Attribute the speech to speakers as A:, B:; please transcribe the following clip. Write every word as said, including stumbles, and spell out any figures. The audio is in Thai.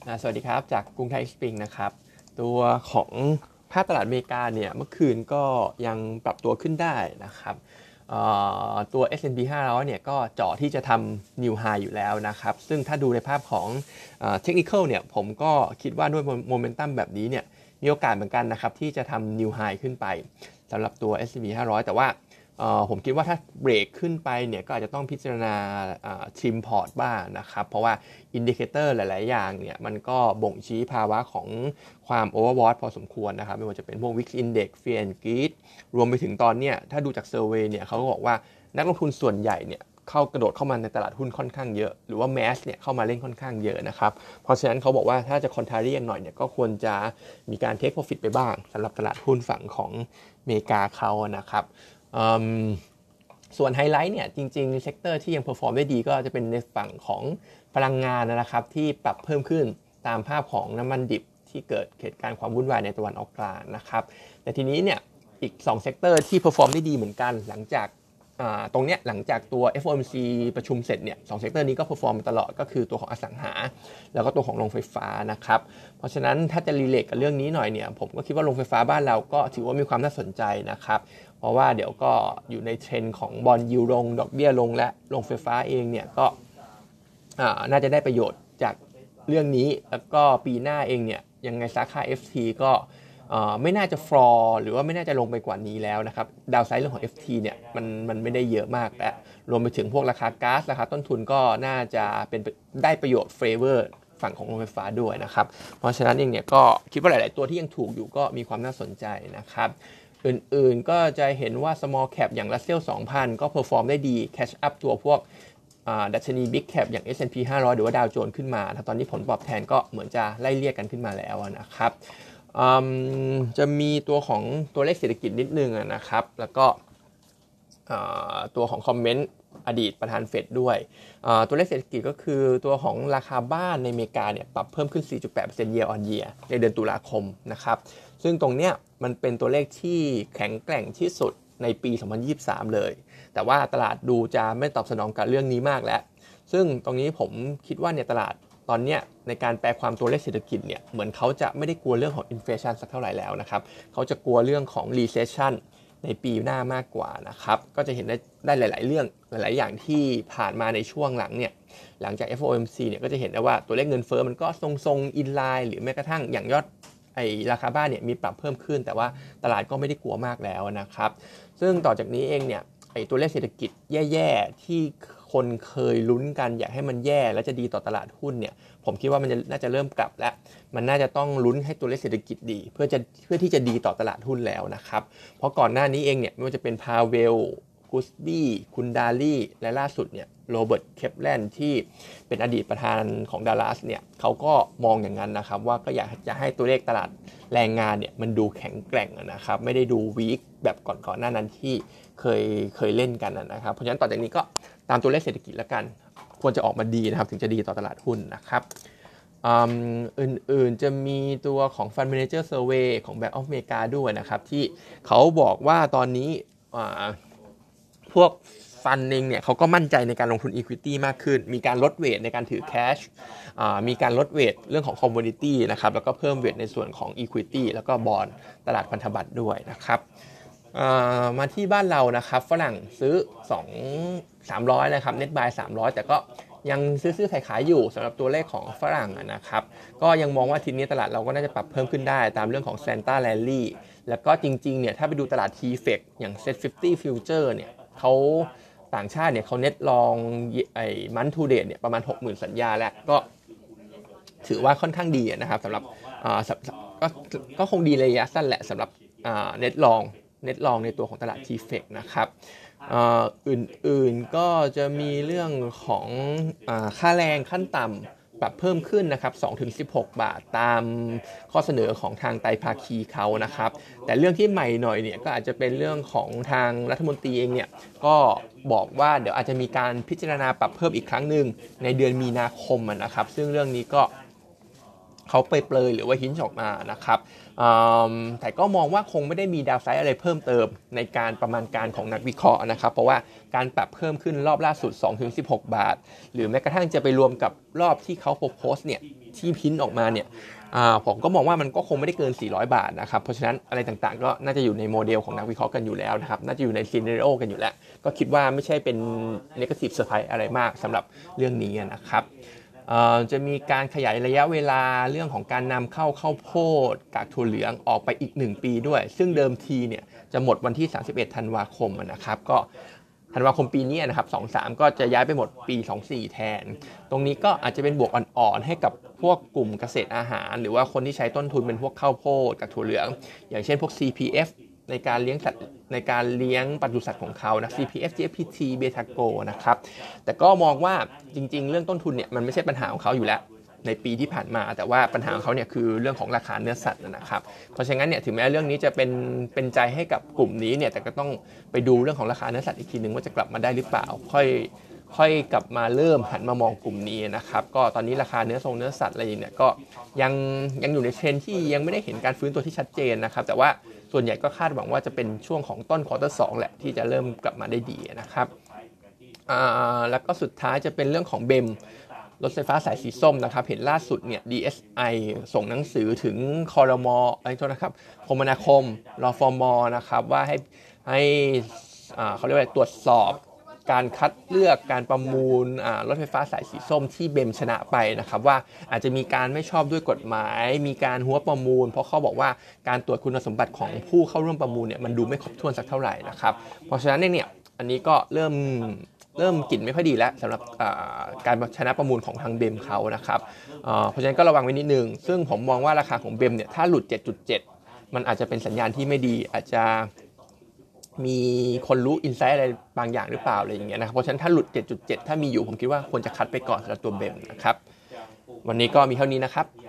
A: สวัสดีครับจากกรุงไทยสปริงนะครับตัวของภาพตลาดอเมริกาเนี่ยเมื่อคืนก็ยังปรับตัวขึ้นได้นะครับตัว เอส แอนด์ พี ห้าร้อยเนี่ยก็เจาะที่จะทำ New High อยู่แล้วนะครับซึ่งถ้าดูในภาพของเทคนิคอลเนี่ยผมก็คิดว่าด้วยโมเมนตัมแบบนี้เนี่ยมีโอกาสเหมือนกันนะครับที่จะทำ New High ขึ้นไปสำหรับตัว เอส แอนด์ พี ห้าร้อยแต่ว่าผมคิดว่าถ้าเบรกขึ้นไปเนี่ยก็อาจจะต้องพิจารณาทริมพอร์ตบ้างนะครับเพราะว่าอินดิเคเตอร์หลายๆอย่างเนี่ยมันก็บ่งชี้ภาวะของความโอเวอร์บอทพอสมควรนะครับไม่ว่าจะเป็นพวก Wix Index Fear and Greed รวมไปถึงตอนเนี้ยถ้าดูจากเซอร์เวย์เนี่ยเขาก็บอกว่านักลงทุนส่วนใหญ่เนี่ยเข้ากระโดดเข้ามาในตลาดหุ้นค่อนข้างเยอะหรือว่าแมสเนี่ยเข้ามาเล่นค่อนข้างเยอะนะครับเพราะฉะนั้นเขาบอกว่าถ้าจะคอนทราเรียนหน่อยเนี่ยก็ควรจะมีการเทคโปรฟิตไปบ้างสำหรับตลาดหุ้นฝั่งของอเมริกาเขานะครับส่วนไฮไลท์เนี่ยจริงๆเซกเตอร์ที่ยังเพอร์ฟอร์มได้ดีก็จะเป็นในฝั่งของพลังงานนะครับที่ปรับเพิ่มขึ้นตามภาพของน้ำมันดิบที่เกิดเหตุการณ์ความวุ่นวายในตะวันออกกลางนะครับแต่ทีนี้เนี่ยอีกสองเซกเตอร์ที่เพอร์ฟอร์มได้ดีเหมือนกันหลังจากตรงเนี้ยหลังจากตัว เอฟ โอ เอ็ม ซี ประชุมเสร็จเนี่ยสองเซกเตอร์นี้ก็เพอร์ฟอร์มตลอดก็คือตัวของอสังหาแล้วก็ตัวของโรงไฟฟ้านะครับเพราะฉะนั้นถ้าจะรีเลทกับเรื่องนี้หน่อยเนี่ยผมก็คิดว่าโรงไฟฟ้าบ้านเราก็ถือว่ามีความน่าสนใจนะครับเพราะว่าเดี๋ยวก็อยู่ในเทรนด์ของบอนด์ยิลด์ลงดอกเบี้ยลงและโรงไฟฟ้าเองเนี่ยก็น่าจะได้ประโยชน์จากเรื่องนี้แล้วก็ปีหน้าเองเนี่ยยังไงสาขา เอฟ ที ก็ไม่น่าจะฟลอร์หรือว่าไม่น่าจะลงไปกว่านี้แล้วนะครับดาวไซด์เรื่องของ เอฟ ที เนี่ยมันมันไม่ได้เยอะมากและรวมไปถึงพวกราคาก๊าซราคาต้นทุนก็น่าจะเป็นได้ประโยชน์เฟเวอร์ฝั่งของโรงไฟฟ้าด้วยนะครับเพราะฉะนั้นเองเนี่ยก็คิดว่าหลายๆตัวที่ยังถูกอยู่ก็มีความน่าสนใจนะครับอื่นๆก็จะเห็นว่า small cap อย่าง Russell สองพันก็เพอร์ฟอร์มได้ดี catch up ตัวพวกดัชนี Big Cap อย่าง เอส แอนด์ พี ห้าร้อยหรือว่าดาวโจนส์ขึ้นมาตอนนี้ผลตอบแทนก็เหมือนจะไล่เลี่ยกันขึ้นมาแล้วนะครับจะมีตัวของตัวเลขเศรษฐกิจนิดนึงนะครับแล้วก็ตัวของคอมเมนต์อดีตประธานเฟดด้วยตัวเลขเศรษฐกิจก็คือตัวของราคาบ้านในอเมริกาเนี่ยปรับเพิ่มขึ้น สี่จุดแปดเปอร์เซ็นต์ year on year ในเดือนตุลาคมนะครับซึ่งตรงเนี้ยมันเป็นตัวเลขที่แข็งแกร่งที่สุดในปีสองพันยี่สิบสามเลยแต่ว่าตลาดดูจะไม่ตอบสนองกับเรื่องนี้มากแล้วซึ่งตรงนี้ผมคิดว่าเนี่ยตลาดตอนนี้ในการแปลความตัวเลขเศรษฐกิจเนี่ยเหมือนเขาจะไม่ได้กลัวเรื่องของอินเฟลชันสักเท่าไหร่แล้วนะครับเขาจะกลัวเรื่องของ recession ในปีหน้ามากกว่านะครับก็จะเห็นได้ได้หลายๆเรื่องหลายๆอย่างที่ผ่านมาในช่วงหลังเนี่ยหลังจาก เอฟ โอ เอ็ม ซี เนี่ยก็จะเห็นได้ว่าตัวเลขเงินเฟ้อมันก็ทรงๆ in line หรือแม้กระทั่งอย่างยอดไอ้ราคาบ้านเนี่ยมีปรับเพิ่มขึ้นแต่ว่าตลาดก็ไม่ได้กลัวมากแล้วนะครับซึ่งต่อจากนี้เองเนี่ยไอ้ตัวเลขเศรษฐกิจแย่ๆที่คนเคยลุ้นกันอยากให้มันแย่และจะดีต่อตลาดหุ้นเนี่ยผมคิดว่ามันน่าจะเริ่มกลับแล้วมันน่าจะต้องลุ้นให้ตัวเลขเศรษฐกิจดีเพื่อจะเพื่อที่จะดีต่อตลาดหุ้นแล้วนะครับเพราะก่อนหน้านี้เองเนี่ยไม่ว่าจะเป็นพาเวลกุสบี้คุณดาลี่และล่าสุดเนี่ยโรเบิร์ตเคปแลนด์ที่เป็นอดีตประธานของดัลลัสเนี่ยเขาก็มองอย่างนั้นนะครับว่าก็อยากจะให้ตัวเลขตลาดแรงงานเนี่ยมันดูแข็งแกร่งนะครับไม่ได้ดูวีคแบบก่อนๆหน้านั้นที่เคยเคยเล่นกันนะครับเพราะฉะนั้นต่อจากนี้ก็ตามตัวเลขเศรษฐกิจแล้วกันควรจะออกมาดีนะครับถึงจะดีต่อตลาดหุ้นนะครับอื่นๆจะมีตัวของ Fund Manager Survey ของ Bank of America ด้วยนะครับที่เขาบอกว่าตอนนี้พวกฟันเองเนี่ยเขาก็มั่นใจในการลงทุน Equity มากขึ้นมีการลดเวทในการถือ Cash มีการลดเวทเรื่องของ Commodity นะครับแล้วก็เพิ่มเวทในส่วนของ Equity แล้วก็บอนด์ตลาดพันธบัตรด้วยนะครับมาที่บ้านเรานะครับฝรั่งซื้อสอง สามร้อยนะครับ Net Buy สามร้อยแต่ก็ยังซื้อๆขายๆอยู่สำหรับตัวเลขของฝรั่งนะครับก็ยังมองว่าทีนี้ตลาดเราก็น่าจะปรับเพิ่มขึ้นได้ตามเรื่องของ Santa Rally แล้วก็จริงๆเนี่ยถ้าไปดูตลาด ที เอฟ อี ซี อย่าง เซ็ต ห้าสิบ Future เนี่ยเขาต่างชาติเนี่ยเขาเน็ตลองไอ้มันทูเดทเนี่ยประมาณ หกหมื่น สัญญาแล้วก็ถือว่าค่อนข้างดีนะครับสำหรับก็ก็คงดีระยะสั้นแหละสำหรับเน็ตลองเน็ตลองในตัวของตลาด ที เอฟ อี ซี นะครับอื่นๆก็จะมีเรื่องของค่าแรงขั้นต่ำปรับเพิ่มขึ้นนะครับ สองถึงสิบหก บาทตามข้อเสนอของทางไตรภาคีเขานะครับแต่เรื่องที่ใหม่หน่อยเนี่ยก็อาจจะเป็นเรื่องของทางรัฐมนตรีเองเนี่ยก็บอกว่าเดี๋ยวอาจจะมีการพิจารณาปรับเพิ่มอีกครั้งหนึ่งในเดือนมีนาคมนะครับซึ่งเรื่องนี้ก็เขาเปรยๆหรือว่าหินออกมานะครับแต่ก็มองว่าคงไม่ได้มีดาวไซด์อะไรเพิ่มเติมในการประมาณการของนักวิเคราะห์นะครับเพราะว่าการปรับเพิ่มขึ้นรอบล่าสุด สองถึงสิบหก บาทหรือแม้กระทั่งจะไปรวมกับรอบที่เขาโพสต์เนี่ยที่พินออกมาเนี่ยผมก็มองว่ามันก็คงไม่ได้เกินสี่ร้อยบาทนะครับเพราะฉะนั้นอะไรต่างๆก็น่าจะอยู่ในโมเดลของนักวิเคราะห์กันอยู่แล้วนะครับน่าจะอยู่ในซีนาริโอกันอยู่แล้วก็คิดว่าไม่ใช่เป็นเนกาทีฟเซอร์ไพรส์อะไรมากสำหรับเรื่องนี้นะครับจะมีการขยายระยะเวลาเรื่องของการนำเข้าข้าวโพดกากถั่วเหลืองออกไปอีกหนึ่งปีด้วยซึ่งเดิมทีเนี่ยจะหมดวันที่สามสิบเอ็ดธันวาคมนะครับก็ธันวาคมปีนี้นะครับสองสามก็จะย้ายไปหมดปีสองสี่แทนตรงนี้ก็อาจจะเป็นบวกอ่อนๆให้กับพวกกลุ่มเกษตรอาหารหรือว่าคนที่ใช้ต้นทุนเป็นพวกข้าวโพดกากถั่วเหลืองอย่างเช่นพวก ซี พี เอฟ ในการเลี้ยงสัตว์ในการเลี้ยงปศุสัตว์ของเขานะ ซี พี เอฟ จี เอฟ พี ที เบทาโกนะครับแต่ก็มองว่าจริงๆเรื่องต้นทุนเนี่ยมันไม่ใช่ปัญหาของเขาอยู่แล้วในปีที่ผ่านมาแต่ว่าปัญหาของเขาเนี่ยคือเรื่องของราคาเนื้อสัตว์นะครับเพราะฉะนั้นเนี่ยถึงแม้เรื่องนี้จะเป็นเป็นใจให้กับกลุ่มนี้เนี่ยแต่ก็ต้องไปดูเรื่องของราคาเนื้อสัตว์อีกทีนึงว่าจะกลับมาได้หรือเปล่าค่อยค่อยกลับมาเริ่มหันมามองกลุ่มนี้นะครับก็ตอนนี้ราคาเนื้อทรงเนื้อสัตว์อะไรเนี่ยก็ยังยังอยู่ในเทรนด์ที่ยังไม่ได้เห็นการฟื้นตัวที่ชัดเจนนะครับแต่ว่าส่วนใหญ่ก็คาดหวังว่าจะเป็นช่วงของต้นควอเตอร์สองแหละที่จะเริ่มกลับมาได้ดีนะครับอ่าแล้วก็สุดท้ายจะเป็นเรื่องของเบมรถไฟฟ้าสายสีส้มนะครับเห็นล่าสุดเนี่ย ดี เอส ไอ ส่งหนังสือถึงครม.อะไรโทษนะครับคมนาคมรฟม.นะครับว่าให้ให้อ่าเขาเรียกว่าตรวจสอบการคัดเลือกการประมูลรถไฟฟ้าสายสีส้มที่เบมชนะไปนะครับว่าอาจจะมีการไม่ชอบด้วยกฎหมายมีการหัวประมูลเพราะเขาบอกว่าการตรวจคุณสมบัติของผู้เข้าร่วมประมูลเนี่ยมันดูไม่ครบถ้วนสักเท่าไหร่นะครับเพราะฉะนั้นเนี่ยอันนี้ก็เริ่มเริ่มกลิ่นไม่ค่อยดีแล้วสำหรับการชนะประมูลของทางเบมเขานะครับเพราะฉะนั้นก็ระวังไว้นิดนึงซึ่งผมมองว่าราคาของเบมเนี่ยถ้าหลุด เจ็ดจุดเจ็ด มันอาจจะเป็นสัญญาณที่ไม่ดีอาจจะมีคนรู้อินไซต์อะไรบางอย่างหรือเปล่าอะไรอย่างเงี้ยนะครับเพราะฉะนั้นถ้าหลุด เจ็ดจุดเจ็ด ถ้ามีอยู่ผมคิดว่าควรจะคัดไปก่อนสำหรับตัวเบมนะครับวันนี้ก็มีเท่านี้นะครับ